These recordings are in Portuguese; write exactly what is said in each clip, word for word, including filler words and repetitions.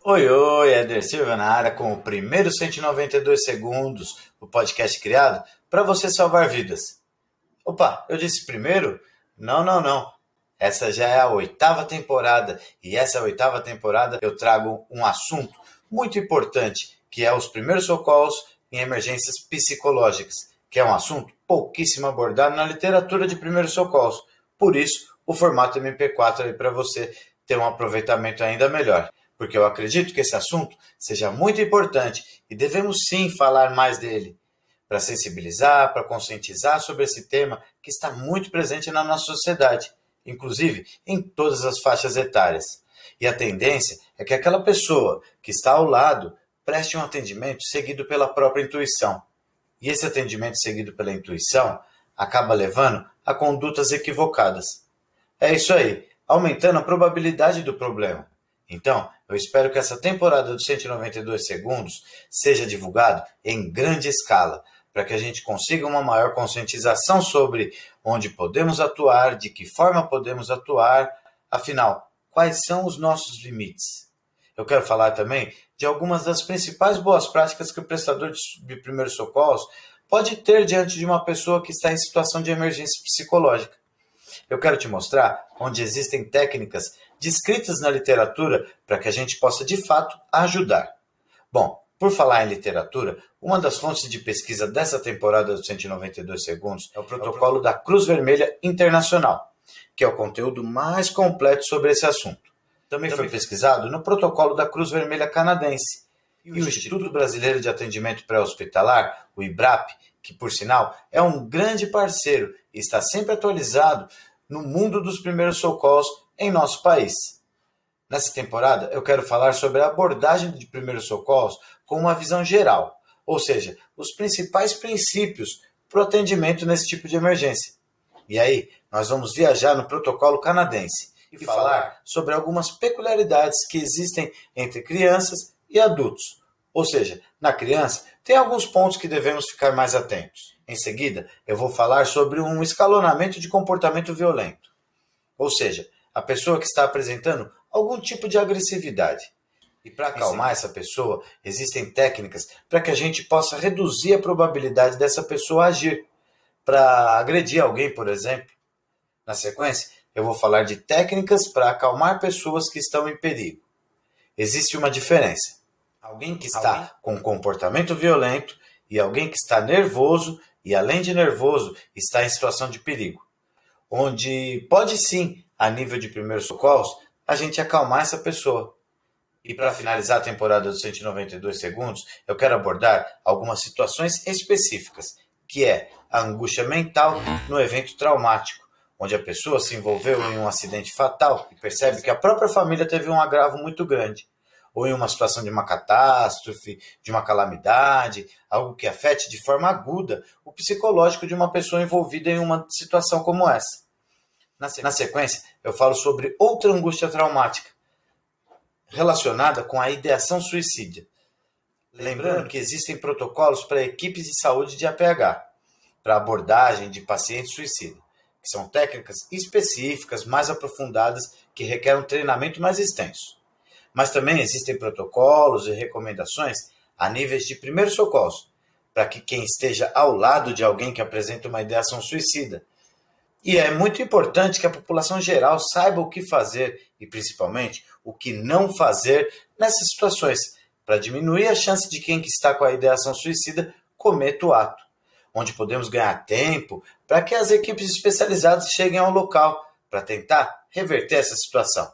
Oi, oi, Éder Silva na área com o primeiro cento e noventa e dois segundos, o podcast criado para você salvar vidas. Opa, eu disse primeiro? Não, não, não. Essa já é a oitava temporada e essa oitava temporada eu trago um assunto muito importante, que é os primeiros socorros em emergências psicológicas, que é um assunto pouquíssimo abordado na literatura de primeiros socorros. Por isso, o formato M P quatro aí para você ter um aproveitamento ainda melhor. Porque eu acredito que esse assunto seja muito importante e devemos sim falar mais dele, para sensibilizar, para conscientizar sobre esse tema que está muito presente na nossa sociedade, inclusive em todas as faixas etárias. E a tendência é que aquela pessoa que está ao lado preste um atendimento seguido pela própria intuição. E esse atendimento seguido pela intuição acaba levando a condutas equivocadas. É isso aí, aumentando a probabilidade do problema. Então, eu espero que essa temporada dos cento e noventa e dois segundos seja divulgado em grande escala, para que a gente consiga uma maior conscientização sobre onde podemos atuar, de que forma podemos atuar, afinal, quais são os nossos limites. Eu quero falar também de algumas das principais boas práticas que o prestador de primeiros socorros pode ter diante de uma pessoa que está em situação de emergência psicológica. Eu quero te mostrar onde existem técnicas descritas na literatura para que a gente possa, de fato, ajudar. Bom, por falar em literatura, uma das fontes de pesquisa dessa temporada dos cento e noventa e dois segundos é o protocolo da Cruz Vermelha Internacional, que é o conteúdo mais completo sobre esse assunto. Também foi pesquisado no protocolo da Cruz Vermelha Canadense. E o Instituto Brasileiro de Atendimento Pré-Hospitalar, o IBRAP, que, por sinal, é um grande parceiro e está sempre atualizado no mundo dos primeiros socorros em nosso país. Nessa temporada, eu quero falar sobre a abordagem de primeiros socorros com uma visão geral, ou seja, os principais princípios para o atendimento nesse tipo de emergência. E aí, nós vamos viajar no protocolo canadense e falar sobre algumas peculiaridades que existem entre crianças e adultos. Ou seja, na criança, tem alguns pontos que devemos ficar mais atentos. Em seguida, eu vou falar sobre um escalonamento de comportamento violento. Ou seja, a pessoa que está apresentando algum tipo de agressividade. E para acalmar essa pessoa, existem técnicas para que a gente possa reduzir a probabilidade dessa pessoa agir, para agredir alguém, por exemplo. Na sequência, eu vou falar de técnicas para acalmar pessoas que estão em perigo. Existe uma diferença. Alguém que está alguém? com comportamento violento e alguém que está nervoso e, além de nervoso, está em situação de perigo. Onde pode sim, a nível de primeiros socorros, a gente acalmar essa pessoa. E para finalizar a temporada dos cento e noventa e dois segundos, eu quero abordar algumas situações específicas, que é a angústia mental no evento traumático, onde a pessoa se envolveu em um acidente fatal e percebe que a própria família teve um agravo muito grande, ou em uma situação de uma catástrofe, de uma calamidade, algo que afete de forma aguda o psicológico de uma pessoa envolvida em uma situação como essa. Na sequência, eu falo sobre outra angústia traumática, relacionada com a ideação suicida. Lembrando que existem protocolos para equipes de saúde de A P H, para abordagem de pacientes suicidas, que são técnicas específicas, mais aprofundadas, que requerem um treinamento mais extenso. Mas também existem protocolos e recomendações a níveis de primeiros socorros, para que quem esteja ao lado de alguém que apresenta uma ideação suicida. E é muito importante que a população geral saiba o que fazer e, principalmente, o que não fazer nessas situações, para diminuir a chance de quem que está com a ideação suicida cometa o ato, onde podemos ganhar tempo para que as equipes especializadas cheguem ao local para tentar reverter essa situação.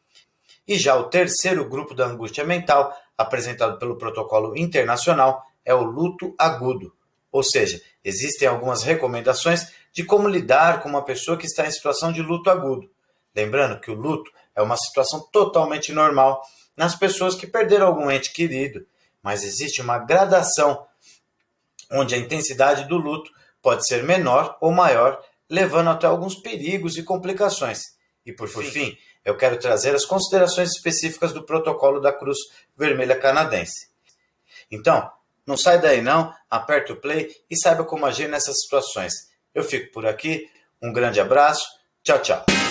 E já o terceiro grupo da angústia mental, apresentado pelo protocolo internacional, é o luto agudo. Ou seja, existem algumas recomendações de como lidar com uma pessoa que está em situação de luto agudo. Lembrando que o luto é uma situação totalmente normal nas pessoas que perderam algum ente querido, mas existe uma gradação onde a intensidade do luto pode ser menor ou maior, levando até alguns perigos e complicações. E por, por fim, eu quero trazer as considerações específicas do protocolo da Cruz Vermelha Canadense. Então, não sai daí não, aperta o play e saiba como agir nessas situações. Eu fico por aqui, um grande abraço, tchau, tchau.